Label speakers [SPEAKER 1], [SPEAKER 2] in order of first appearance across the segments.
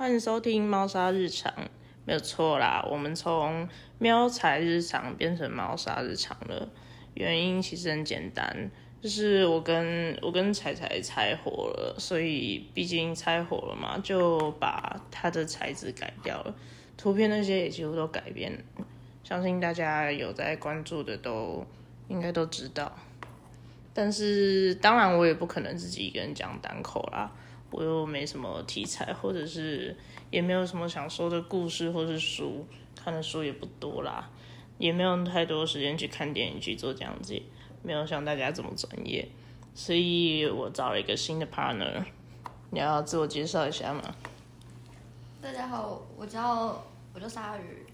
[SPEAKER 1] 欢迎收听猫砂日常，没有错啦，我们从喵财日常变成猫砂日常了。原因其实很简单，就是我跟彩彩拆伙了，所以毕竟拆伙了嘛，就把它的材质改掉了，图片那些也几乎都改变了。相信大家有在关注的都应该都知道。但是当然我也不可能自己一个人讲单口啦，我又没什么题材，或者是也没有什么想说的故事或是书，看的书也不多啦，也没有太多时间去看电影去做这样子，没有像大家这么专业，所以我找了一个新的 partner。你要自我介绍一下吗？
[SPEAKER 2] 大家好，我叫鲨鱼。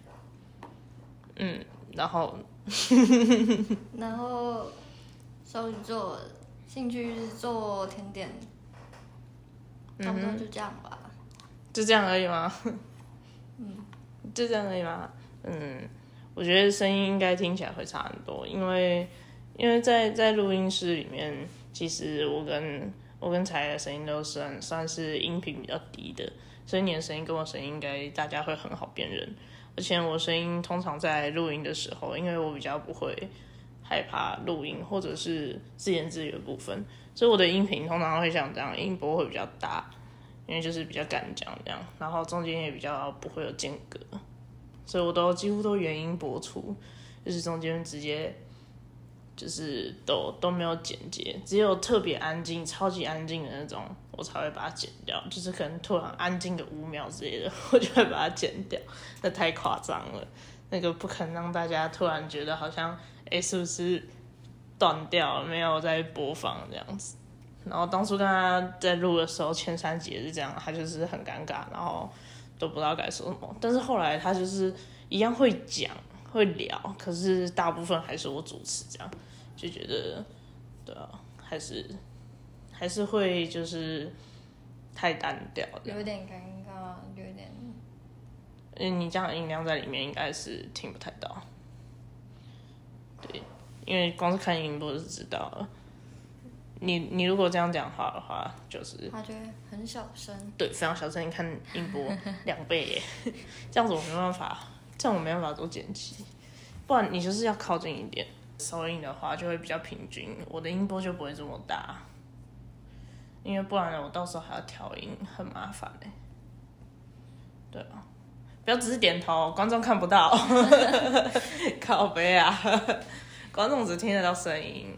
[SPEAKER 1] 然后
[SPEAKER 2] 然后手做兴趣是做甜点，差不多就这样吧。
[SPEAKER 1] 就这样而已吗？就这样而已吗？我觉得声音应该听起来会差很多，因为在录音室里面，其实我跟彩的声音都算是音频比较低的，所以你的声音跟我声音应该大家会很好辨认。而且我声音通常在录音的时候，因为我比较不会害怕录音或者是自言自语的部分，所以我的音频通常会像这样，音波会比较大，因为就是比较敢讲这样，然后中间也比较不会有间隔，所以我都几乎都原音播出，就是中间直接就是都没有剪接，只有特别安静、超级安静的那种，我才会把它剪掉。就是可能突然安静个5秒之类的，我就会把它剪掉。那太夸张了，那个不可能让大家突然觉得好像是不是断掉了，没有在播放这样子。然后当初跟他在录的时候，前3集也是这样，他就是很尴尬，然后都不知道该说什么。但是后来他就是一样会讲会聊，可是大部分还是我主持，这样就觉得对啊，还是会就是太单调了，
[SPEAKER 2] 有点尴尬，有点。
[SPEAKER 1] 你这样的音量在里面应该是听不太到，对，因为光是看音波就知道了。你如果这样讲话的话，就是
[SPEAKER 2] 他觉得很小声，
[SPEAKER 1] 对，非常小声。你看音波2倍耶，这样子我没办法，这样我没办法做剪辑。不然你就是要靠近一点，收音的话就会比较平均，我的音波就不会这么大。因为不然我到时候还要调音，很麻烦耶。对啊，不要只是点头，观众看不到。靠北啊，观众只听得到声音。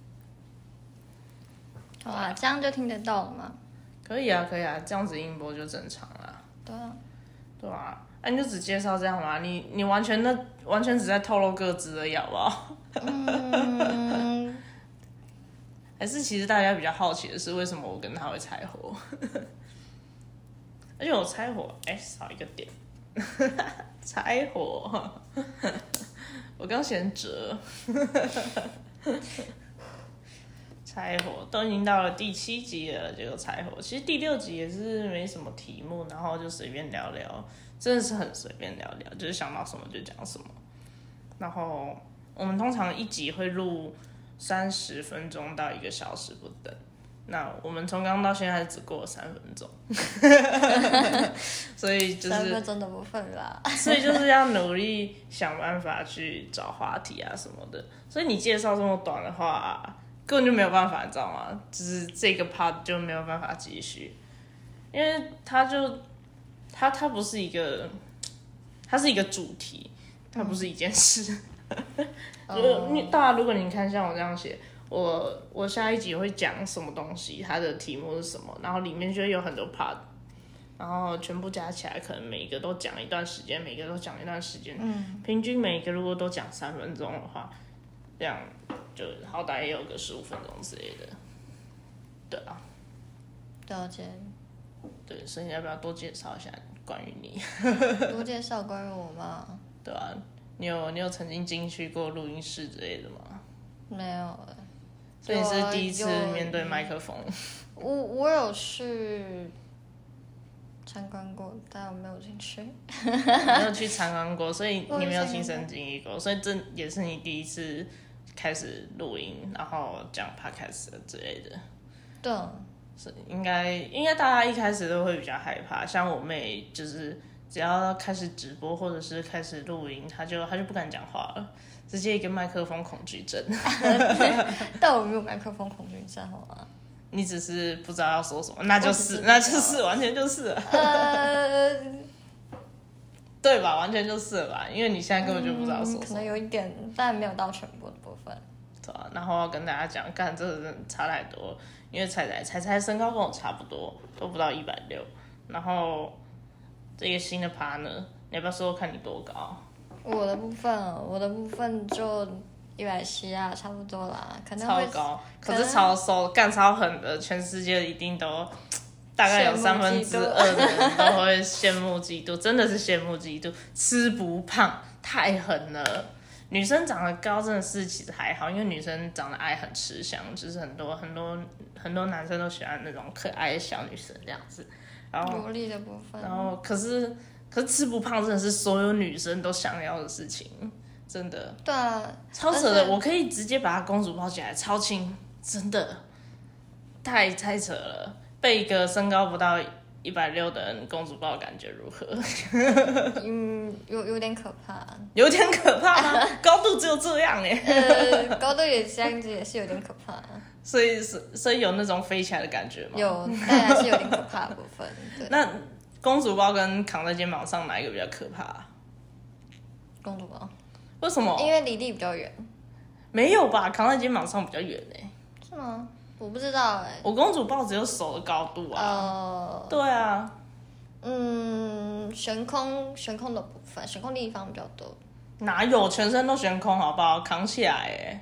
[SPEAKER 2] 好啊，这样就听得到了吗？
[SPEAKER 1] 可以啊，可以啊，这样子音波就正常啦。
[SPEAKER 2] 对啊，
[SPEAKER 1] 对啊，你就只介绍这样吗？你完全只在透露个资而已，好不好？还是其实大家比较好奇的是，为什么我跟他会拆伙？而且我拆伙，少一个点，拆伙，我刚嫌折。拆伙都已经到了第7集了，结果拆伙。其实第6集也是没什么题目，然后就随便聊聊，真的是很随便聊聊，就是想到什么就讲什么。然后我们通常1集会录30分钟到1个小时不等，那我们从刚到现在只过了3分钟，所以就是
[SPEAKER 2] 3分钟的部分啦。
[SPEAKER 1] 所以就是要努力想辦法去找话题啊什么的。所以你介绍这么短的话，根本就没有办法，你知道吗？就是这个 part 就没有办法继续，因为它不是一个，它是一个主题，它不是一件事。如果你看像我这样写，我下一集会讲什么东西，它的题目是什么，然后里面就会有很多 part， 然后全部加起来，可能每一个都讲一段时间，每个都讲一段时间，平均每一个如果都讲3分钟的话，这样就好歹也有个15分钟之类的，对啊，
[SPEAKER 2] 了解。
[SPEAKER 1] 对，所以你要不要多介绍一下关于你？
[SPEAKER 2] 多介绍关于我吗？
[SPEAKER 1] 对啊，你有曾经进去过录音室之类的吗？
[SPEAKER 2] 没有
[SPEAKER 1] 所以你是第一次面对麦克风？
[SPEAKER 2] 我有去参观过，但我没有进去。
[SPEAKER 1] 没有去参观过，所以你没有亲身经历过，所以这也是你第一次开始录音，然后讲 podcast 之类的。
[SPEAKER 2] 对。
[SPEAKER 1] 是应该大家一开始都会比较害怕，像我妹就是只要开始直播或者是开始录音，她就不敢讲话了，直接一个麦克风恐惧症。
[SPEAKER 2] 但我没有麦克风恐惧症，好吗？
[SPEAKER 1] 你只是不知道要说什么，那就是完全就是了。对吧？完全就是了吧？因为你现在根本就不知道说什么。
[SPEAKER 2] 可能有一点，但没有到全部的部分。
[SPEAKER 1] 对啊，然后要跟大家讲，干这个真的差太多了，因为彩身高跟我差不多，都不到160，然后这个新的 partner， 你要不要说看你多高？
[SPEAKER 2] 我的部分就170啊，差不多啦，可能会
[SPEAKER 1] 超高，可是超瘦，干超狠的，全世界一定都大概有2/3的人都会羡慕嫉妒，真的是羡慕嫉妒，吃不胖太狠了。女生长得高真的是其实还好，因为女生长得矮很吃香，就是很多男生都喜欢那种可爱的小女生这样子。然后
[SPEAKER 2] 萝莉的部分，
[SPEAKER 1] 然后可是吃不胖真的是所有女生都想要的事情，真的。
[SPEAKER 2] 对啊，
[SPEAKER 1] 超扯的，我可以直接把它公主抱起来，超轻，真的，太扯了。被一个身高不到160的人公主抱的感觉如何？
[SPEAKER 2] 有点可怕。
[SPEAKER 1] 有点可怕吗？高度只有这样哎。
[SPEAKER 2] 高度也这样子，也是有点可怕。
[SPEAKER 1] 所以有那种飞起来的感觉吗？
[SPEAKER 2] 有，但还是有点可怕的部分。对，
[SPEAKER 1] 那公主抱跟扛在肩膀上哪一个比较可怕啊？
[SPEAKER 2] 公主抱。
[SPEAKER 1] 为什么？
[SPEAKER 2] 因为离地比较远。
[SPEAKER 1] 没有吧，扛在肩膀上比较远哎。
[SPEAKER 2] 是吗？我不知道哎。
[SPEAKER 1] 我公主抱只有手的高度啊。对啊。
[SPEAKER 2] 悬空的部分，悬空地方比较多。
[SPEAKER 1] 哪有全身都悬空好不好？扛起来哎。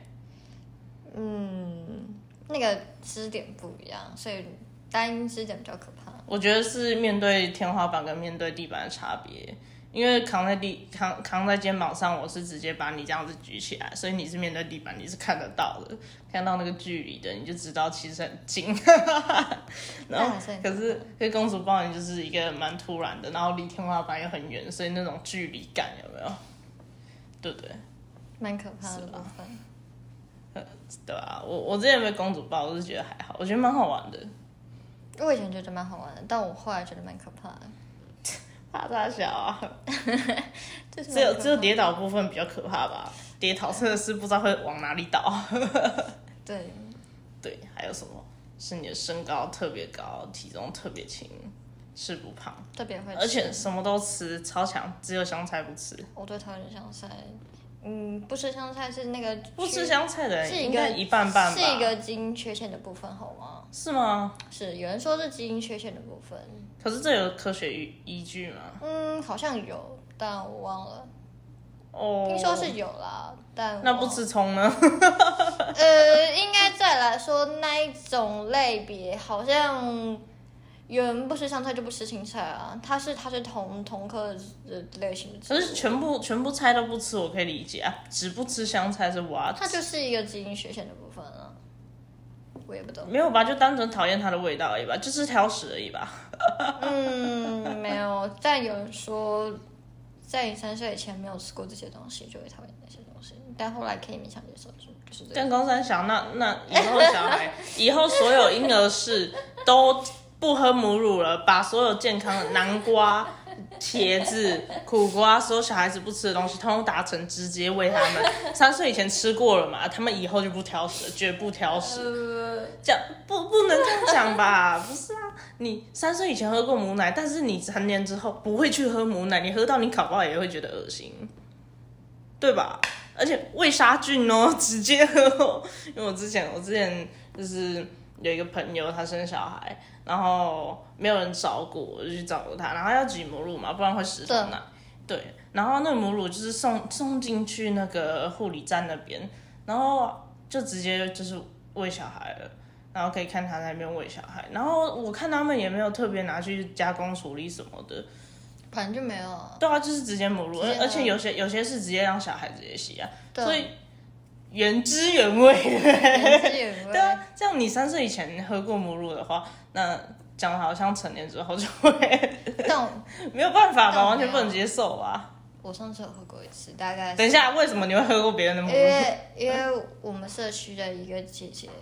[SPEAKER 2] 那个支点不一样，所以单支点比较可怕。
[SPEAKER 1] 我觉得是面对天花板跟面对地板的差别。因为扛在肩膀上，我是直接把你这样子举起来，所以你是面对地板，你是看得到的，看到那个距离的，你就知道其实很近。然后可是公主抱你就是一个蛮突然的，然后离天花板又很远，所以那种距离感有没有？对不对？
[SPEAKER 2] 蛮可怕的部分。
[SPEAKER 1] 对啊，我之前被公主抱，我是觉得还好，我觉得蛮好玩的。
[SPEAKER 2] 我以前觉得蛮好玩的，但我后来觉得蛮可怕的。
[SPEAKER 1] 怕大小啊。只有跌倒部分比较可怕吧，跌倒真的是不知道会往哪里倒。
[SPEAKER 2] 对，
[SPEAKER 1] 还有什么？是你的身高特别高，体重特别轻，吃不胖，
[SPEAKER 2] 特别会吃，
[SPEAKER 1] 而且什么都吃，超强，只有香菜不吃。
[SPEAKER 2] 我最讨厌香菜。不吃香菜是那个
[SPEAKER 1] 不吃香菜的人
[SPEAKER 2] 是
[SPEAKER 1] 应该一半半吧？
[SPEAKER 2] 是一个基因缺陷的部分，好吗？
[SPEAKER 1] 是吗？
[SPEAKER 2] 是，有人说是基因缺陷的部分。
[SPEAKER 1] 可是这有科学依据吗？
[SPEAKER 2] 好像有，但我忘了。
[SPEAKER 1] 听
[SPEAKER 2] 说是有啦，但
[SPEAKER 1] 那不吃葱呢？
[SPEAKER 2] 应该再来说那一种类别，好像有人不吃香菜就不吃青菜啊，它是同科的类型的植物。
[SPEAKER 1] 可是全部菜都不吃，我可以理解啊，只不吃香菜是what？
[SPEAKER 2] 它就是一个基因缺陷的部分啊，我也不懂。
[SPEAKER 1] 没有吧，就单纯讨厌它的味道而已吧，就是挑食而已吧。
[SPEAKER 2] 没有，但有人说，在你3岁以前没有吃过这些东西，就会讨厌那些东西，但后来可以勉强接受，就是这个。
[SPEAKER 1] 但高三小，那以后小孩，以后所有婴儿室都不喝母乳了，把所有健康的南瓜、茄子、苦瓜，所有小孩子不吃的东西，通通打成直接喂他们。3岁以前吃过了嘛，他们以后就不挑食了，绝不挑食。这样不能这样讲吧？不是啊，你3岁以前喝过母奶，但是你成年之后不会去喝母奶，你喝到你搞不好也会觉得恶心，对吧？而且喂杀菌哦，直接喝哦。因为我之前就是有一个朋友，他生小孩，然后没有人照顾，我就去照顾他，然后要挤母乳嘛，不然会失童奶。对，然后那个母乳就是送进去那个护理站那边，然后就直接就是喂小孩了，然后可以看他在那边喂小孩，然后我看他们也没有特别拿去加工处理什么的。
[SPEAKER 2] 反正就没有啊。
[SPEAKER 1] 对啊，就是直接母乳，而且有些是直接让小孩直接洗啊，所以原汁原味。对啊，这样你3岁以前喝过母乳的话，那讲的好像成年之后就会，但没有办法吧，完全不能接受吧。
[SPEAKER 2] 我上次有喝过一次，大概。
[SPEAKER 1] 等一下，为什么你会喝过别人的母乳？
[SPEAKER 2] 因为我们社区的一个姐姐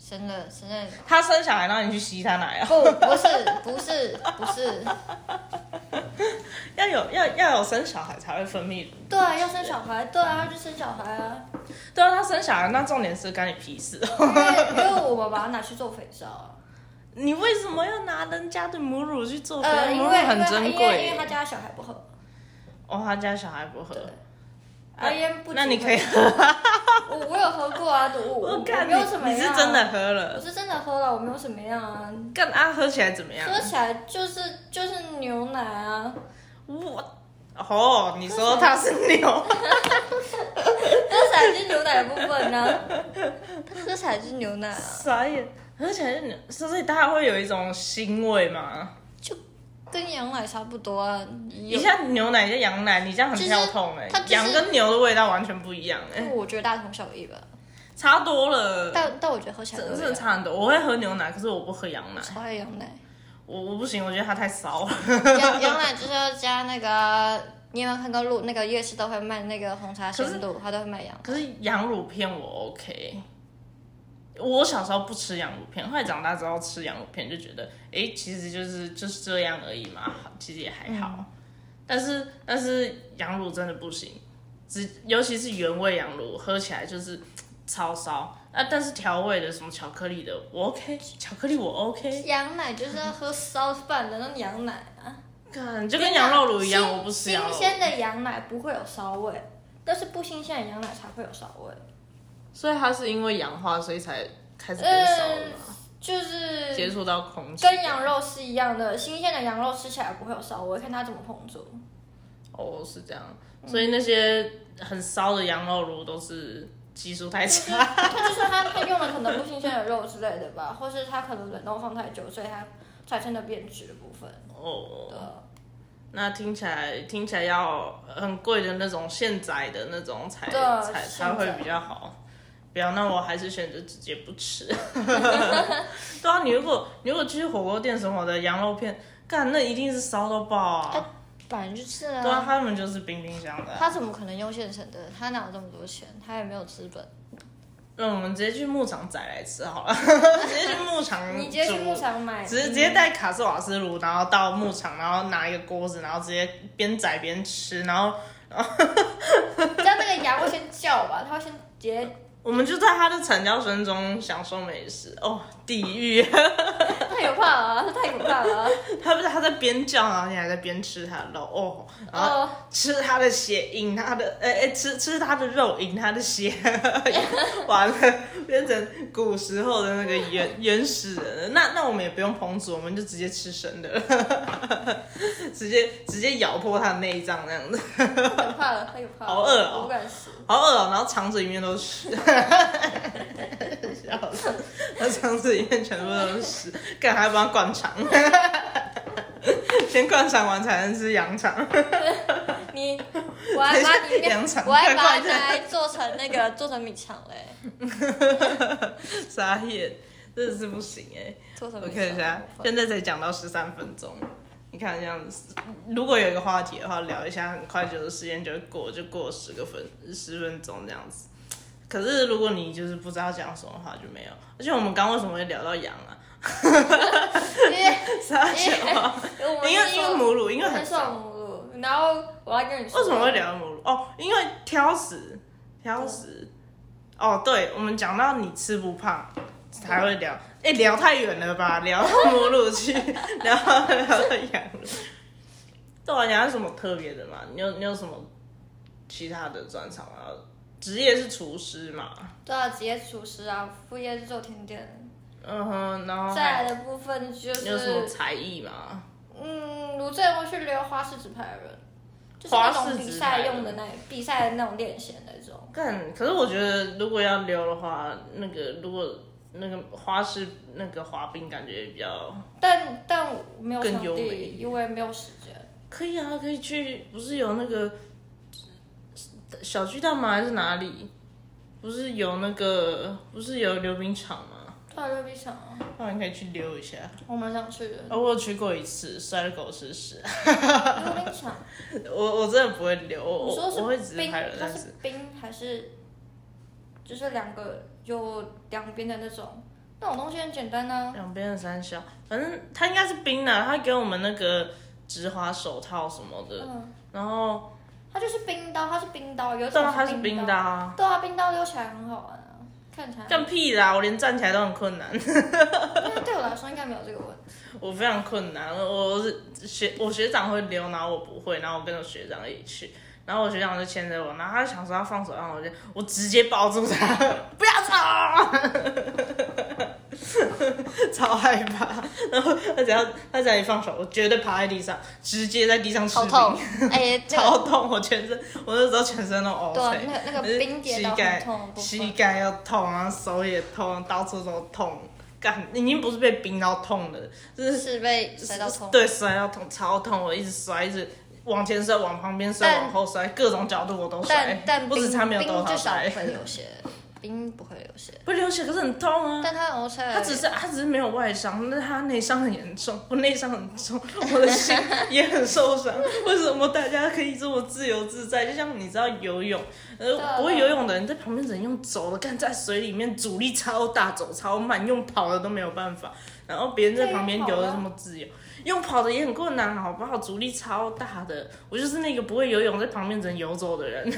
[SPEAKER 2] 真的。
[SPEAKER 1] 他生小孩让你去吸他奶啊？
[SPEAKER 2] 不是，
[SPEAKER 1] 要有生小孩才会分泌乳。
[SPEAKER 2] 对啊，要生小孩，对啊，就生小孩啊。
[SPEAKER 1] 对啊，他生小孩，那重点是干你屁事
[SPEAKER 2] 因为我们把它拿去做肥皂啊。
[SPEAKER 1] 你为什么要拿人家的母乳去做肥皂？
[SPEAKER 2] 因
[SPEAKER 1] 母乳很珍贵。
[SPEAKER 2] 因为他家小孩不喝。
[SPEAKER 1] 哦，他家小孩不喝。
[SPEAKER 2] 那
[SPEAKER 1] 你可以喝。
[SPEAKER 2] 我有喝过啊，我没有什么样。
[SPEAKER 1] 你是真的喝了？
[SPEAKER 2] 我是真的喝了，我没有什么样啊。
[SPEAKER 1] 喝起来怎么样？
[SPEAKER 2] 喝起来就是牛奶啊。
[SPEAKER 1] 你说它是牛？
[SPEAKER 2] 喝起来就是牛奶的部分呢。喝起来就是牛奶啊。
[SPEAKER 1] 傻眼，喝起来是牛，所以它会有一种腥味吗？
[SPEAKER 2] 就跟羊奶差不多啊。
[SPEAKER 1] 一下牛奶，一下羊奶，你这样很跳痛羊跟牛的味道完全不一样
[SPEAKER 2] 我觉得大同小异吧。
[SPEAKER 1] 差多了。
[SPEAKER 2] 但我觉得喝起来
[SPEAKER 1] 真的差很多。我会喝牛奶，可是我不喝羊奶。
[SPEAKER 2] 超爱羊奶。
[SPEAKER 1] 我不行，我觉得它太骚了。
[SPEAKER 2] 羊奶就是要加那个，你有没有看过那个夜市都会卖那个红茶鲜露，它都会卖羊奶。
[SPEAKER 1] 可是羊乳片我 OK。我小时候不吃羊乳片，后来长大之后吃羊乳片就觉得，其实就是这样而已嘛，其实也还好。但是羊乳真的不行，尤其是原味羊乳，喝起来就是超骚。但是调味的什么巧克力的我 OK， 巧克力我 OK。
[SPEAKER 2] 羊奶就是要喝烧饭的那种羊奶啊，
[SPEAKER 1] 就跟羊肉乳一样，我不吃羊肉。
[SPEAKER 2] 新鲜的羊奶不会有骚味，但是不新鲜的羊奶才会有骚味。
[SPEAKER 1] 所以它是因为氧化，所以才开始变骚的吗？
[SPEAKER 2] 就是
[SPEAKER 1] 接触到空气，
[SPEAKER 2] 跟羊肉是一样的，新鲜的羊肉吃起来不会有骚味，看它怎么烹煮。
[SPEAKER 1] 是这样，所以那些很骚的羊肉炉都是技术太差。
[SPEAKER 2] 它就是它用了可能不新鲜的肉之类的吧，或是它可能冷冻放太久，所以它才真的变质的部分。对。
[SPEAKER 1] 那听起来要很贵的那种现宰的那种才会比较好。不要，那我还是选择直接不吃。对啊，你如果去火锅店什么的羊肉片，那一定是烧到爆啊！
[SPEAKER 2] 本来就是啊。
[SPEAKER 1] 对啊，他们就是冰箱的。
[SPEAKER 2] 他怎么可能用现成的？他哪有这么多钱？他也没有资本。
[SPEAKER 1] 那我们直接去牧场宰来吃好了。直接去牧场
[SPEAKER 2] 你直接去牧场买。
[SPEAKER 1] 直接带卡式瓦斯炉，然后到牧场，然后拿一个锅子，然后直接边宰边吃，然后
[SPEAKER 2] 这样那个羊会先叫吧？它会先直接。
[SPEAKER 1] 我们就在他的惨叫声中享受美食地狱，
[SPEAKER 2] 太可怕了，太可怕了。
[SPEAKER 1] 他在边叫，然后你还在边吃他的肉然后吃他的血，饮他的吃他的肉，饮他的血，完了变成古时候的那个原始人。那我们也不用烹煮，我们就直接吃生的，直接咬破他的内脏那样子。
[SPEAKER 2] 太可怕了，太可怕了，
[SPEAKER 1] 好饿
[SPEAKER 2] 我不敢吃。
[SPEAKER 1] 好饿然后肠子里面都是屎。笑死！他肠子里面全部都是屎，干还要帮他灌肠，先灌肠完才能吃羊肠。
[SPEAKER 2] 我还把它拿来做成米肠嘞。
[SPEAKER 1] 傻眼，真的是不行我看一下，现在才讲到13分钟。你看这样子，如果有一个话题的话，聊一下，很快时间就过了10分钟这样子。可是如果你就是不知道讲什么的话，就没有。而且我们刚为什么会聊到羊啊？傻笑啊！因为母乳，因为很少
[SPEAKER 2] 母乳。然后我要跟你说，
[SPEAKER 1] 为什么会聊到母乳？因为挑食。对，我们讲到你吃不胖才会聊。聊太远了吧？聊到母乳去，聊到羊乳。对啊，你还有什么特别的吗？你有什么其他的专长吗？职业是厨师嘛？
[SPEAKER 2] 对啊，职业厨师啊，副业是做甜点。
[SPEAKER 1] 然后
[SPEAKER 2] 再来的部分就是
[SPEAKER 1] 你有什么才艺吗？
[SPEAKER 2] 我之前会去溜花式纸牌的人，就是那种比赛用的比赛的那种练习那种。
[SPEAKER 1] 可是我觉得如果要溜的话，如果那个花式那个滑冰感觉比较，
[SPEAKER 2] 但没有
[SPEAKER 1] 更
[SPEAKER 2] 场地，因为没有时间。
[SPEAKER 1] 可以啊，可以去，不是有那个小巨蛋吗？还是哪里？不是有溜冰场吗？
[SPEAKER 2] 对啊，溜冰场啊。
[SPEAKER 1] 那你可以去溜一下。
[SPEAKER 2] 我蛮想去的。
[SPEAKER 1] 我有去过一次，摔得狗吃屎。
[SPEAKER 2] 溜冰场。
[SPEAKER 1] 我真的不会溜，我会直拍人，
[SPEAKER 2] 它是冰还是就是有两边的那种那种东西很简单啊。
[SPEAKER 1] 两边的三小，反正它应该是冰的，它给我们那个直滑手套什么的，然后
[SPEAKER 2] 它就是冰刀，它是冰刀，有一
[SPEAKER 1] 对啊，
[SPEAKER 2] 种
[SPEAKER 1] 它是冰刀啊。
[SPEAKER 2] 对啊，冰刀溜起来很好玩啊，看起来。
[SPEAKER 1] 干屁啦！我连站起来都很困难。
[SPEAKER 2] 那对我来说应该没有这个问题。
[SPEAKER 1] 我非常困难，我学长会溜，然后我不会，然后我跟着学长一起去。然后我学长就牵着我，然后他想说要放手让我直接抱住他，不要走，超害怕。然后他只要一放手，我绝对趴在地上，直接在地上吃冰，
[SPEAKER 2] 好痛，哎，
[SPEAKER 1] 超痛，我那时候全身都 O
[SPEAKER 2] 对，那个冰跌倒很痛，
[SPEAKER 1] 膝盖要痛，然后手也痛，到处都痛。干，已经不是被冰到痛了，
[SPEAKER 2] 是被摔到痛。
[SPEAKER 1] 对，摔到痛，超痛，我一直摔，一直往前摔，往旁边摔，往后摔，各种角度我都摔。
[SPEAKER 2] 但
[SPEAKER 1] 我只差没有多少摔。
[SPEAKER 2] 冰至少不会流血，冰不会流血。
[SPEAKER 1] 不流血，可是很痛啊。
[SPEAKER 2] 但他 OK，
[SPEAKER 1] 他只是没有外伤，但是他内伤很严重，我内伤很重，我的心也很受伤。为什么大家可以这么自由自在？就像你知道游泳，不会游泳的人在旁边只能用走的，干在水里面阻力超大，走超慢，用跑的都没有办法。然后别人在旁边游的这么自由，用跑的也很困难，好不好？阻力超大的，我就是那个不会游泳，在旁边只能游走的人。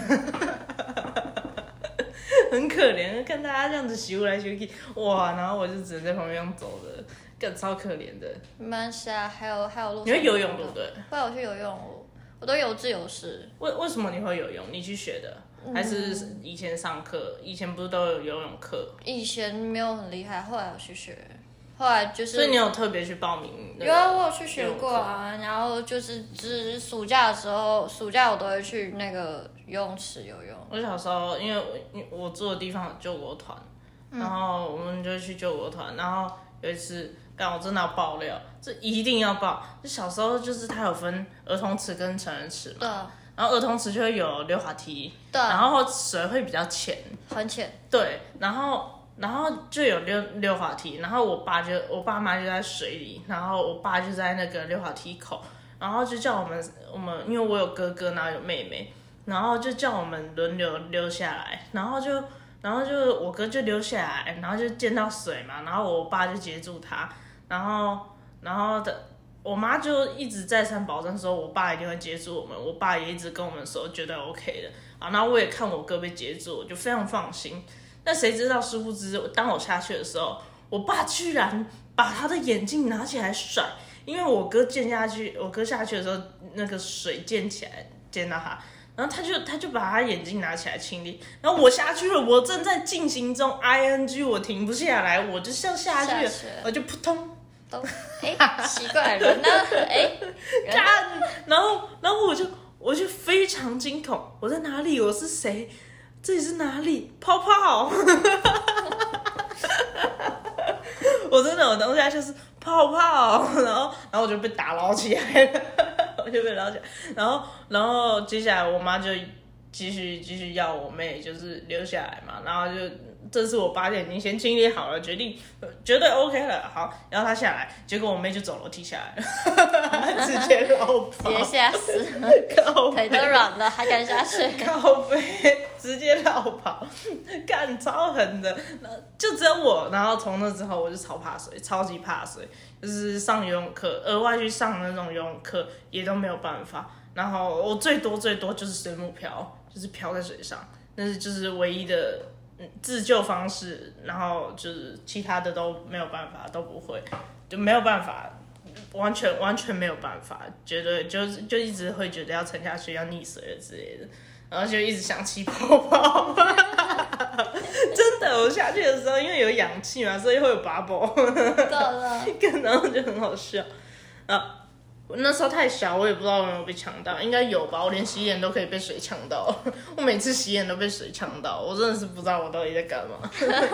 [SPEAKER 1] 很可怜，看大家这样子游来游去，哇，然后我就只能在旁边用走的，更超可怜的。
[SPEAKER 2] 没关系啊，还有路。
[SPEAKER 1] 你会游泳对不对？
[SPEAKER 2] 会，我去游泳，我都有志有事。
[SPEAKER 1] 为什么你会游泳？你去学的，还是以前上课？以前不是都有游泳课？
[SPEAKER 2] 以前没有很厉害，后来我去学。后来就是，
[SPEAKER 1] 所以你有特别去报名？
[SPEAKER 2] 有啊，我有去学过啊。然后就是暑假的时候，暑假我都会去那个游泳池游泳。
[SPEAKER 1] 我小时候，因为我住的地方有救国团，然后我们就去救国团。然后有一次，我真的要爆料，这一定要爆。就小时候就是它有分儿童池跟成人池嘛。
[SPEAKER 2] 对。
[SPEAKER 1] 然后儿童池就会有溜滑梯，
[SPEAKER 2] 对。
[SPEAKER 1] 然后水会比较浅，
[SPEAKER 2] 很浅。
[SPEAKER 1] 对，然后就有溜滑梯，然后我爸妈就在水里，然后我爸就在那个溜滑梯口，然后就叫我们，因为我有哥哥，然后有妹妹，然后就叫我们轮流溜下来，然后就我哥就溜下来，然后就溅到水嘛，然后我爸就接住他，然后我妈就一直再三保证说我爸一定会接住我们，我爸也一直跟我们说绝对 OK 的啊，然后我也看我哥被接住，我就非常放心。但谁知道，殊不知，当我下去的时候，我爸居然把他的眼镜拿起来甩，因为我哥下去的时候，那个水溅起来溅到他，然后他就把他眼镜拿起来清理，然后我下去了，我正在进行中 ，ing 我停不下来，我就像下去了，我就扑通，
[SPEAKER 2] 奇怪人呢，
[SPEAKER 1] 干，然后我就非常惊恐，我在哪里？我是谁？这里是哪里？泡泡！我真的，我当下就是泡泡，然后我就被打捞起来了，然后接下来我妈就继续要我妹就是留下来嘛，然后就这次我爸就已经先清理好了，决定绝对 OK 了，好，然后他下来，结果我妹就走楼梯下来了，直接绕跑，
[SPEAKER 2] 直接吓死，腿都软了还敢下去，
[SPEAKER 1] 靠背，直接绕跑，干超狠的，就只有我，然后从那之后我就超怕水，超级怕水，就是上游泳课，额外去上那种游泳课也都没有办法，然后我最多就是水母漂，就是漂在水上，但是就是唯一的自救方式，然后就是其他的都没有办法，都不会，就没有办法，完全没有办法，觉得就一直会觉得要沉下去，要溺水了之类的，然后就一直想起泡泡，真的，我下去的时候因为有氧气嘛，所以会有 bubble， 然后就很好笑啊。我那时候太小，我也不知道有没有被呛到，应该有吧。我连洗脸都可以被水呛到，我每次洗脸都被水呛到，我真的是不知道我到底在干嘛。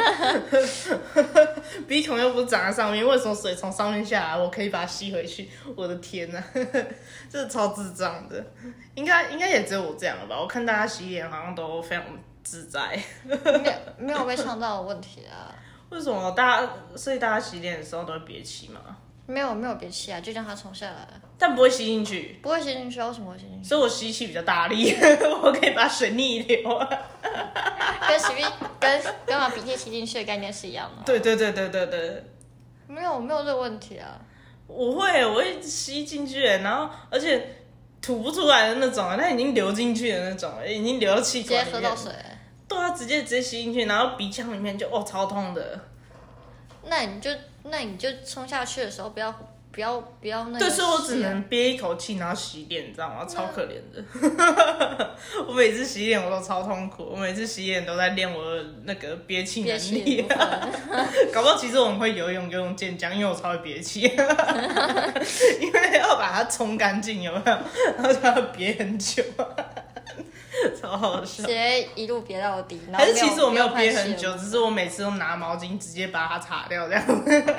[SPEAKER 1] 鼻孔又不是长在上面，为什么水从上面下来，我可以把它吸回去？我的天哪，这是超智障的。应该也只有我这样了吧？我看大家洗脸好像都非常自在，
[SPEAKER 2] 没有被呛到的问题啊。
[SPEAKER 1] 为什么所以大家洗脸的时候都会憋气吗？
[SPEAKER 2] 没有憋气啊，就让它冲下来，
[SPEAKER 1] 但不会吸进去，
[SPEAKER 2] 不会吸进去，为什么会吸进去？
[SPEAKER 1] 所以我吸气比较大力，我可以把水逆流。
[SPEAKER 2] 跟把鼻涕吸进去的概念是一样的。
[SPEAKER 1] 对，
[SPEAKER 2] 没有这个问题啊。
[SPEAKER 1] 我会吸进去，然后而且吐不出来的那种，它已经流进去的那种，已经流到气管里面。
[SPEAKER 2] 直接喝到水。
[SPEAKER 1] 对啊，直接吸进去，然后鼻腔里面就超痛的。
[SPEAKER 2] 那你就冲下去的时候不要那个。
[SPEAKER 1] 对，所以我只能憋一口气，然后洗脸，你知道吗？超可怜的。我每次洗脸我都超痛苦，我每次洗脸都在练我的那个憋气能力。搞不好其实我很会游泳健将，因为我超会憋气。因为要把它冲干净，有没有？然后就要憋很久。超好笑，
[SPEAKER 2] 直接一路憋到底。
[SPEAKER 1] 还是其实我没有憋很久，只是我每次都拿毛巾直接把它擦掉这样。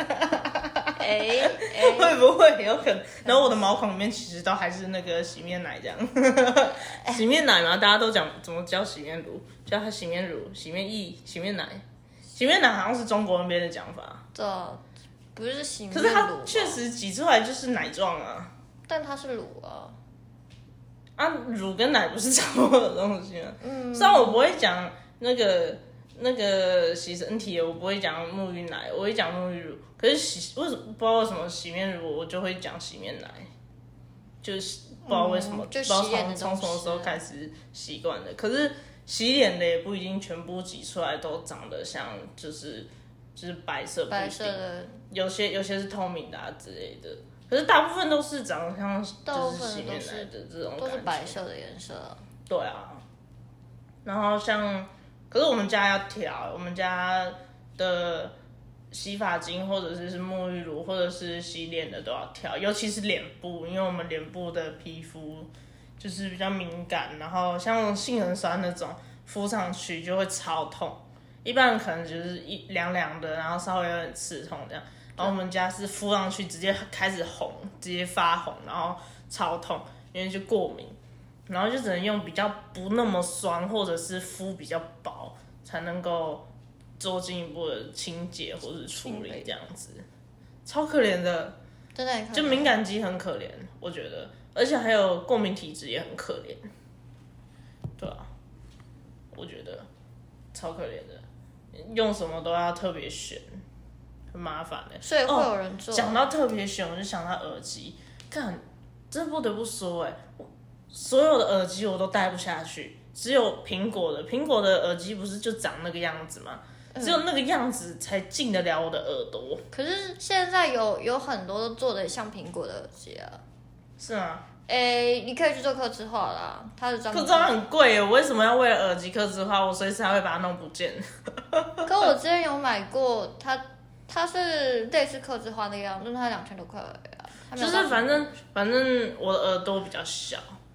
[SPEAKER 1] 会不会有可能？然后我的毛孔里面其实都还是那个洗面奶这样。洗面奶嘛，大家都讲怎么叫洗面乳，叫它洗面乳、洗面液、洗面奶。洗面奶好像是中国那边的讲法。
[SPEAKER 2] 对，不是洗面乳。
[SPEAKER 1] 可是它确实挤出来就是奶状啊。
[SPEAKER 2] 但它是乳啊。
[SPEAKER 1] 啊，乳跟奶不是差不多的东西吗？虽然我不会讲那个洗身体，我不会讲沐浴奶，我会讲沐浴乳。可是为什么不知道为什么洗面乳我就会讲洗面奶，就是不知道为什么，不知道从什么时候开始习惯的。可是洗脸的也不一定全部挤出来都长得像，就是白色的，有些是透明的啊之类的。可是大部分都是长得像就是洗面奶的这种感觉，
[SPEAKER 2] 都是白色的颜色。
[SPEAKER 1] 对啊，然后可是我们家要调，我们家的洗发精或者是沐浴乳或者是洗脸的都要调，尤其是脸部，因为我们脸部的皮肤就是比较敏感，然后像杏仁酸那种敷上去就会超痛，一般人可能就是凉凉的，然后稍微有点刺痛这样。然后我们家是敷上去直接开始红，直接发红，然后超痛，因为就过敏，然后就只能用比较不那么酸，或者是敷比较薄，才能够做进一步的清洁或者处理这样子，超可怜的，
[SPEAKER 2] 真的很可怜。
[SPEAKER 1] 就敏感肌很可怜，我觉得，而且还有过敏体质也很可怜，对啊，我觉得超可怜的，用什么都要特别选。很麻烦的，
[SPEAKER 2] 所以会有人做。
[SPEAKER 1] 讲到特别选，我就想到耳机，看，真不得不说，所有的耳机我都戴不下去，只有苹果的耳机不是就长那个样子吗？只有那个样子才进得了我的耳朵。
[SPEAKER 2] 可是现在有很多都做的像苹果的耳机啊。
[SPEAKER 1] 是吗？
[SPEAKER 2] 你可以去做客制化啦，它的专门。
[SPEAKER 1] 客制化很贵，我为什么要为了耳机客制化？我随时还会把它弄不见。
[SPEAKER 2] 可我之前有买过，它是类似客制化那个样，但是它2000多块而已啊。
[SPEAKER 1] 就是反正我的耳朵比较小，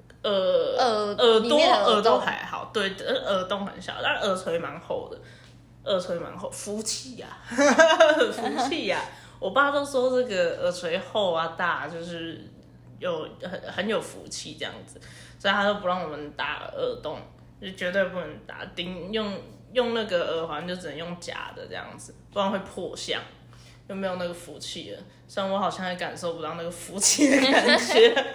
[SPEAKER 1] 耳朵还好，对，耳洞很小，但耳垂蛮厚的，福气呀，福气呀！我爸都说这个耳垂厚啊大，就是有很有福气这样子，所以他都不让我们打耳洞，就绝对不能打，用那个耳环就只能用假的这样子，不然会破相，就没有那个福气了。虽然我好像也感受不到那个福气的感觉。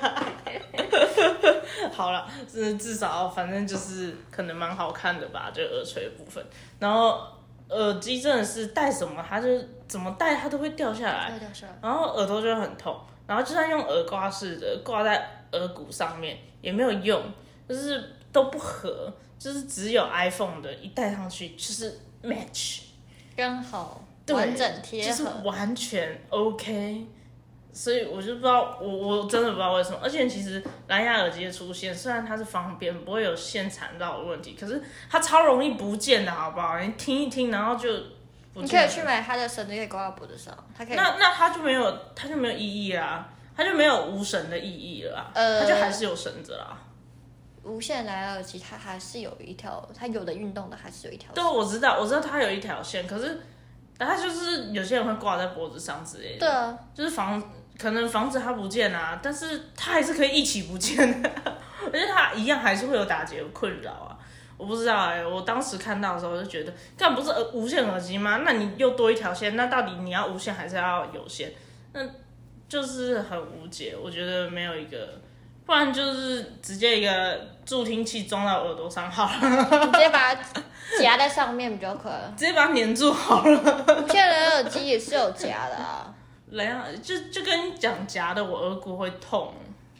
[SPEAKER 1] 好了，至少反正就是可能蛮好看的吧，就耳垂的部分。然后耳机真的是戴什么，它就怎么戴它都会掉下来，然后耳朵就会很痛。然后就算用耳挂式的挂在耳骨上面也没有用，就是都不合。就是只有 iPhone 的一戴上去就是 match，
[SPEAKER 2] 刚好完整贴合，
[SPEAKER 1] 就是完全 OK。所以我就不知道，我真的不知道为什么。而且其实蓝牙耳机的出现，虽然它是方便，不会有线缠绕的问题，可是它超容易不见的，好不好？你听一听，然后就不见了。
[SPEAKER 2] 你可以去买它的绳子，可以挂到脖子上，它可以。
[SPEAKER 1] 那它就没有意义啦，它就没有无绳的意义了啦，它就还是有绳子啦。
[SPEAKER 2] 无线蓝牙耳机它还是有一条，它有的运动的还是有一条线。
[SPEAKER 1] 对，我知道它有一条线，可是它就是有些人会挂在脖子上之类的。
[SPEAKER 2] 对啊，
[SPEAKER 1] 就是可能防止它不见啊，但是它还是可以一起不见的，而且它一样还是会有打结的困扰啊。我不知道我当时看到的时候就觉得，干不是无线耳机吗？那你又多一条线，那到底你要无线还是要有线？那就是很无解，我觉得没有一个。不然就是直接一个助听器装到耳朵上好了，
[SPEAKER 2] 直接把它夹在上面比较快。
[SPEAKER 1] 直接把它粘住好了。
[SPEAKER 2] 无线人耳机也是有夹的啊。
[SPEAKER 1] 来啊，就跟你讲夹的，我耳骨会痛。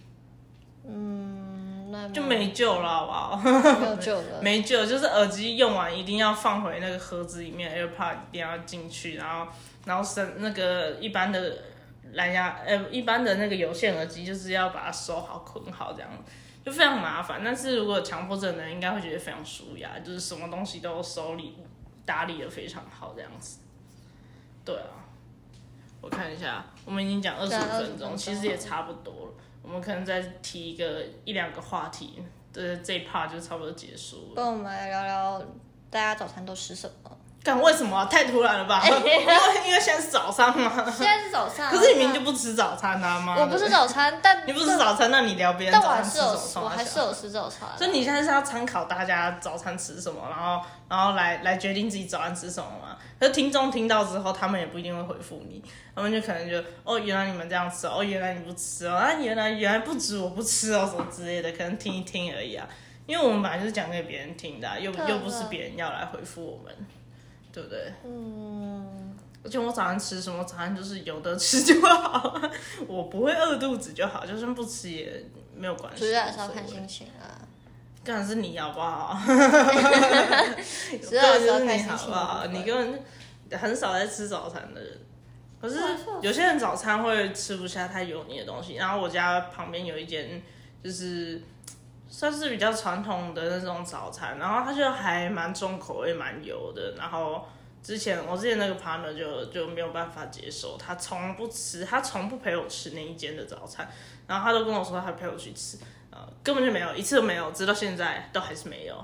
[SPEAKER 2] 那
[SPEAKER 1] 就没救了，好不好？
[SPEAKER 2] 没有救了，
[SPEAKER 1] 没救，就是耳机用完一定要放回那个盒子里面 ，AirPod 一定要进去，然后那个一般的蓝牙，一般的那个有线耳机就是要把它收好、捆好，这样就非常麻烦。但是如果强迫症的人，应该会觉得非常舒压，就是什么东西都收理打理的非常好，这样子。对啊，我看一下，我们已经讲25分钟，其实也差不多了。我们可能再提一两个话题，这一 part 就差不多结束了。
[SPEAKER 2] 跟我们来聊聊大家早餐都吃什么。
[SPEAKER 1] 干为什么、啊？太突然了吧？因为现在是早上吗？
[SPEAKER 2] 现在是早上。
[SPEAKER 1] 可是你明明就不吃早餐啊吗？
[SPEAKER 2] 我不吃早餐，但
[SPEAKER 1] 你不吃早餐，那你聊别人早餐吃什么？
[SPEAKER 2] 我还是有吃早餐。
[SPEAKER 1] 所以你现在是要参考大家早餐吃什么，然后来决定自己早餐吃什么嘛？可是听众听到之后，他们也不一定会回复你，他们就可能觉得哦，原来你们这样吃哦，原来你不吃哦，啊，原来不止我不吃哦，什么之类的，可能听一听而已啊。因为我们本来就是讲给别人听的、啊，又不是别人要来回复我们。对不对？而且我早上吃什么？早上就是有的吃就好，我不会饿肚子就好，就算不吃也没有关系。
[SPEAKER 2] 主要还是要看心情啊。
[SPEAKER 1] 当然是你好不好？
[SPEAKER 2] 主要还是要看心情
[SPEAKER 1] 好不好？你根本很少在吃早餐的人。可是有些人早餐会吃不下太油腻的东西，然后我家旁边有一间就是算是比较传统的那种早餐，然后它就还蛮重口味、蛮油的。然后我之前那个 partner 就没有办法接受，他从不陪我吃那一间的早餐，然后他都跟我说他陪我去吃，根本就没有一次都没有，直到现在都还是没有。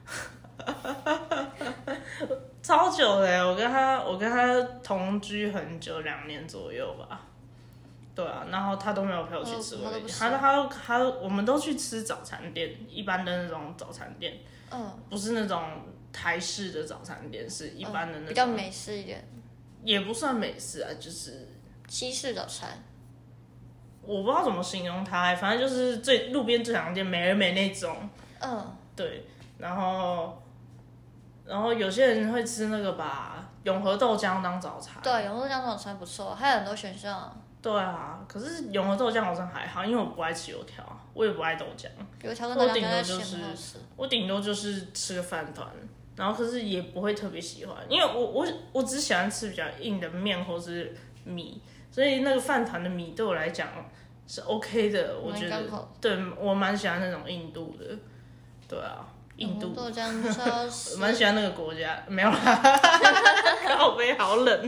[SPEAKER 1] 超久的，我跟他同居很久，2年左右吧。对啊，然后他都没有陪我去吃过那间，我们都去吃早餐店，一般的那种早餐店，不是那种台式的早餐店，是一般的那种，
[SPEAKER 2] 比较美式一点，
[SPEAKER 1] 也不算美式啊，就是
[SPEAKER 2] 西式早餐。
[SPEAKER 1] 我不知道怎么形容它，反正就是路边最常见美而美那种，对，然后有些人会吃那个吧，永和豆浆当早餐，
[SPEAKER 2] 对，永和豆浆早餐不错，还有很多选项。
[SPEAKER 1] 对啊，可是永和豆浆好像还好，因为我不爱吃油条，我也不爱豆浆。
[SPEAKER 2] 油条跟豆浆
[SPEAKER 1] 我顶多就是吃个饭团，然后可是也不会特别喜欢，因为我只喜欢吃比较硬的面或是米，所以那个饭团的米对我来讲是 OK 的，我觉得对我蛮喜欢那种硬度的，对啊。印度
[SPEAKER 2] 豆浆我
[SPEAKER 1] 蛮喜欢那个国家，没有啦，靠北好冷。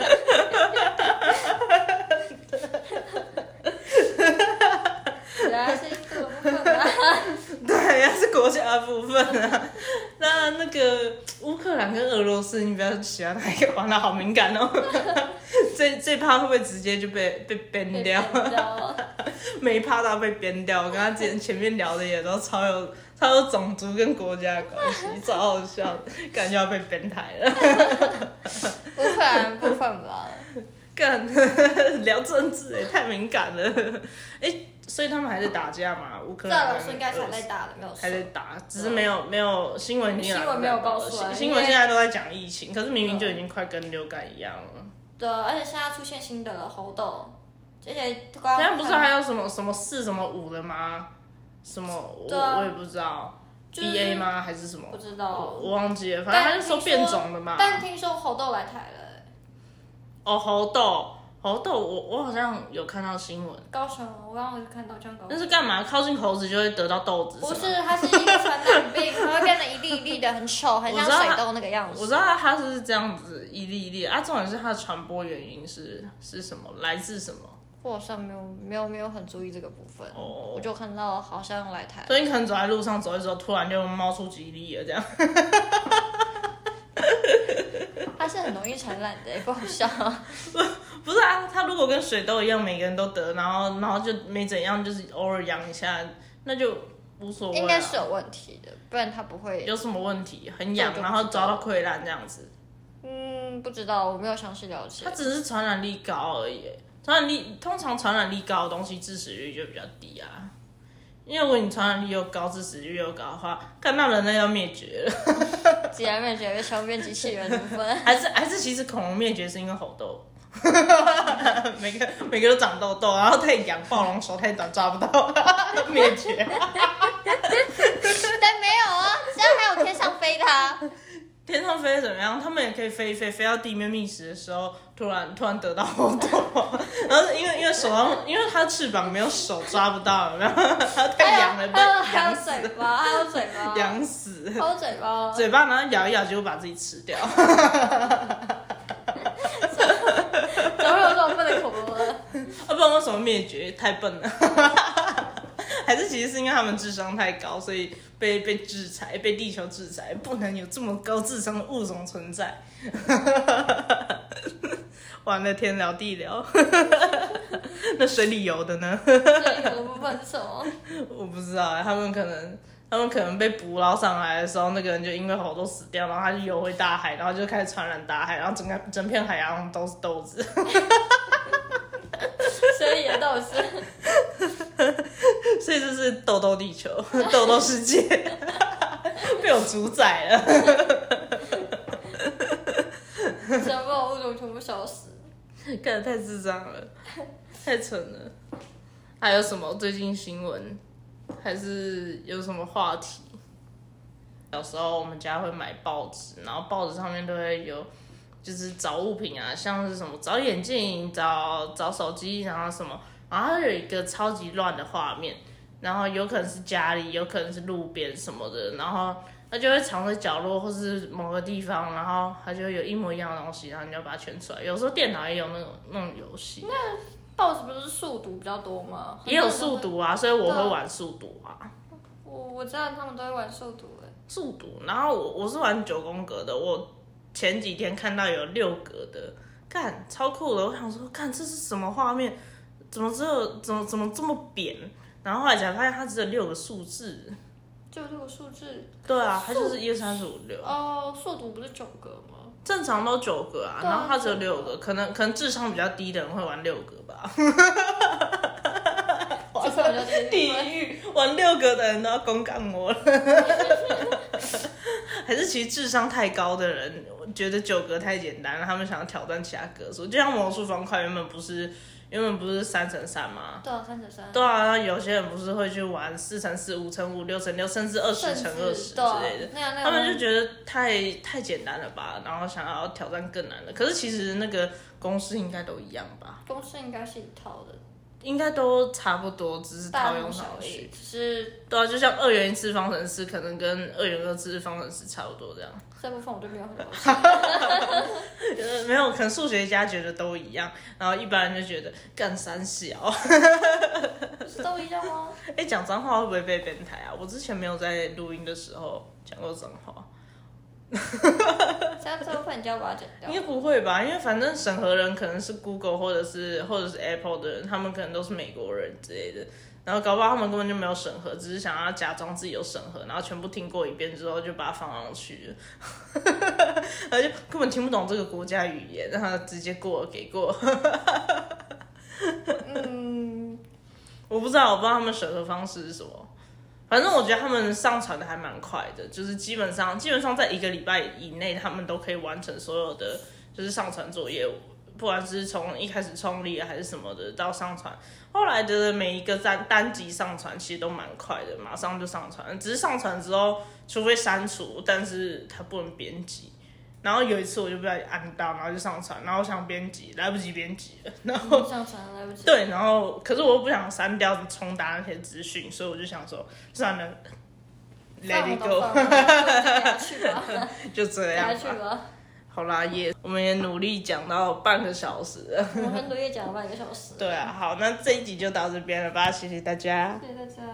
[SPEAKER 2] 原来是印度的部分啊。
[SPEAKER 1] 对，原来是国家的部分啊。那个乌克兰跟俄罗斯，你比较喜欢哪一个？哇，那好敏感哦。这趴会不会直接就被编掉？每一趴都要被编掉。我跟他前面聊的也都超有种族跟国家的关系，超好笑，感觉要被编台了。
[SPEAKER 2] 乌克兰部分吧。
[SPEAKER 1] 干聊政治太敏感了。所以他们还在打架嘛？乌克兰
[SPEAKER 2] 照老师应该还在打的，没有。
[SPEAKER 1] 还在打，只是没有新闻
[SPEAKER 2] 新闻没有告诉我。
[SPEAKER 1] 新闻现在都在讲疫情，可是明明就已经快跟流感一样了。
[SPEAKER 2] 对，而且现在出现新的猴痘，而且现
[SPEAKER 1] 在不是还有什么4什么5的吗？什么我也不知道，BA 吗还是什么？
[SPEAKER 2] 不知道，
[SPEAKER 1] 我忘记了，反正他就说变种的嘛。
[SPEAKER 2] 但听说猴痘来台了。
[SPEAKER 1] 猴痘，我好像有看到新闻。
[SPEAKER 2] 高雄，我刚刚有看到这样高雄。
[SPEAKER 1] 那是干嘛？靠近猴子就会得到痘子？
[SPEAKER 2] 不是，它是一个传染病，它会变得一粒一粒的，很丑，很像水痘那个样子。
[SPEAKER 1] 我知道它是这样子一粒一粒啊，重点是它的传播原因是什么？来自什么？
[SPEAKER 2] 我好像没有很注意这个部分。我就看到好像来台。
[SPEAKER 1] 所以你可能走在路上走一走，突然就冒出几粒了这样。
[SPEAKER 2] 它是很容易传染的，不好笑。
[SPEAKER 1] 不是啊，它如果跟水痘一样，每个人都得，然后就没怎样，就是偶尔痒一下，那就无所谓。
[SPEAKER 2] 应该是有问题的，不然它不会。
[SPEAKER 1] 有什么问题？很痒，然后遭到溃烂这样子。
[SPEAKER 2] 不知道，我没有详细了解。
[SPEAKER 1] 它只是传染力高而已。通常传染力高的东西致死率就比较低啊。因为如果你传染力又高，致死率又高的话，看到人类要灭绝了。
[SPEAKER 2] 既然灭绝，消灭机器人的部分。
[SPEAKER 1] 还是其实恐龙灭绝是因为猴痘。每个都长痘痘，然后太痒，暴龙手太短抓不到，灭绝。
[SPEAKER 2] 但没有啊，这样还有天上飞的啊。
[SPEAKER 1] 天上飞怎么样？他们也可以飞一飞，飞到地面觅食的时候，突然得到猴痘，然后因为手上，因为它翅膀没有手抓不到，有没有？它太痒了，被
[SPEAKER 2] 还有嘴巴，还有嘴巴，
[SPEAKER 1] 痒死，
[SPEAKER 2] 还有嘴巴，
[SPEAKER 1] 嘴巴然后咬一咬，结果把自己吃掉。
[SPEAKER 2] 怎么会有这种笨的恐龙呢？
[SPEAKER 1] 不然为什么灭绝？太笨了。还是其实是因为他们智商太高，所以被制裁，被地球制裁，不能有这么高智商的物种存在。完了，天聊地聊。那水里游的呢？
[SPEAKER 2] 水里游的部分是什么？
[SPEAKER 1] 我不知道，他们可能被捕捞上来的时候，那个人就因为猴痘死掉，然后他就游回大海，然后就开始传染大海，然后整片海洋都是豆子。
[SPEAKER 2] 水里的豆子。
[SPEAKER 1] 所以这是豆豆地球，豆豆世界被我主宰了。
[SPEAKER 2] 全部物种全部消失，
[SPEAKER 1] 干得太智障了，太蠢了。还有什么最近新闻？还是有什么话题？有时候我们家会买报纸，然后报纸上面都会有，就是找物品啊，像是什么找眼镜、找手机，然后什么，然后它有一个超级乱的画面，然后有可能是家里，有可能是路边什么的，然后它就会藏在角落或是某个地方，然后它就会有一模一样的东西，然后你就把它圈出来。有时候电脑也有那种游戏。
[SPEAKER 2] 那报纸不是速读比较多吗？
[SPEAKER 1] 也有速读啊，所以我会玩速读啊。
[SPEAKER 2] 我知道他们都会玩速读诶。
[SPEAKER 1] 速读，然后我是玩9宫格的，我前几天看到有6格的，干超酷的，我想说，干这是什么画面？怎么这么扁？然后后来才发现它只有6个数字。
[SPEAKER 2] 就6个数字？
[SPEAKER 1] 对啊，它就是1、2、3、4、5、6。
[SPEAKER 2] 哦，速读不是9个吗？
[SPEAKER 1] 正常都9个啊，然后它只有6个，可能智商比较低的人会玩6个吧。地狱，玩6个的人都要公干我了。还是其实智商太高的人觉得9格太简单了，他们想要挑战其他格数，就像魔术方块原本不是3×3吗？
[SPEAKER 2] 对啊，3×3。
[SPEAKER 1] 对啊，有些人不是会去玩4×4、5×5、6×6，甚至20×20之类的，他们就觉得太简单了吧，然后想要挑战更难的。可是其实那个公式应该都一样吧？
[SPEAKER 2] 公式应该是一套的。
[SPEAKER 1] 应该都差不多，只是套用上去。
[SPEAKER 2] 只是
[SPEAKER 1] 对啊，就像2元1次方程式，可能跟2元2次方程式差不多这样。
[SPEAKER 2] 这部分我就没有很了解。
[SPEAKER 1] 没有，可能数学家觉得都一样，然后一般人就觉得干三小。
[SPEAKER 2] 不是都一样吗？
[SPEAKER 1] 讲脏话会不会被编台啊？我之前没有在录音的时候讲过脏话。
[SPEAKER 2] 这样这部分你就要把它剪掉。
[SPEAKER 1] 应该不会吧？因为反正审核人可能是 Google 或者是 Apple 的人，他们可能都是美国人之类的，然后搞不好他们根本就没有审核，只是想要假装自己有审核，然后全部听过一遍之后就把它放上去了，而且根本听不懂这个国家语言，然后直接过了给过。我不知道他们审核方式是什么。反正我觉得他们上传的还蛮快的，就是基本上在1个礼拜以内，他们都可以完成所有的就是上传作业，不管是从一开始创立还是什么的到上传，后来的每一个单集上传其实都蛮快的，马上就上传，只是上传之后除非删除，但是它不能编辑。然后有一次我就不小心按到，然后就上传，然后我想编辑，来不及编辑了，然后
[SPEAKER 2] 上传来不及。
[SPEAKER 1] 对，然后可是我又不想删掉重打那些资讯，所以我就想说算了 ，Let it go， 就这样吧。好啦，我们也努力讲到半个小时了。
[SPEAKER 2] 我们努力讲了半个小时。
[SPEAKER 1] 对啊，好，那这一集就到这边了吧，谢谢大家。
[SPEAKER 2] 谢谢大家。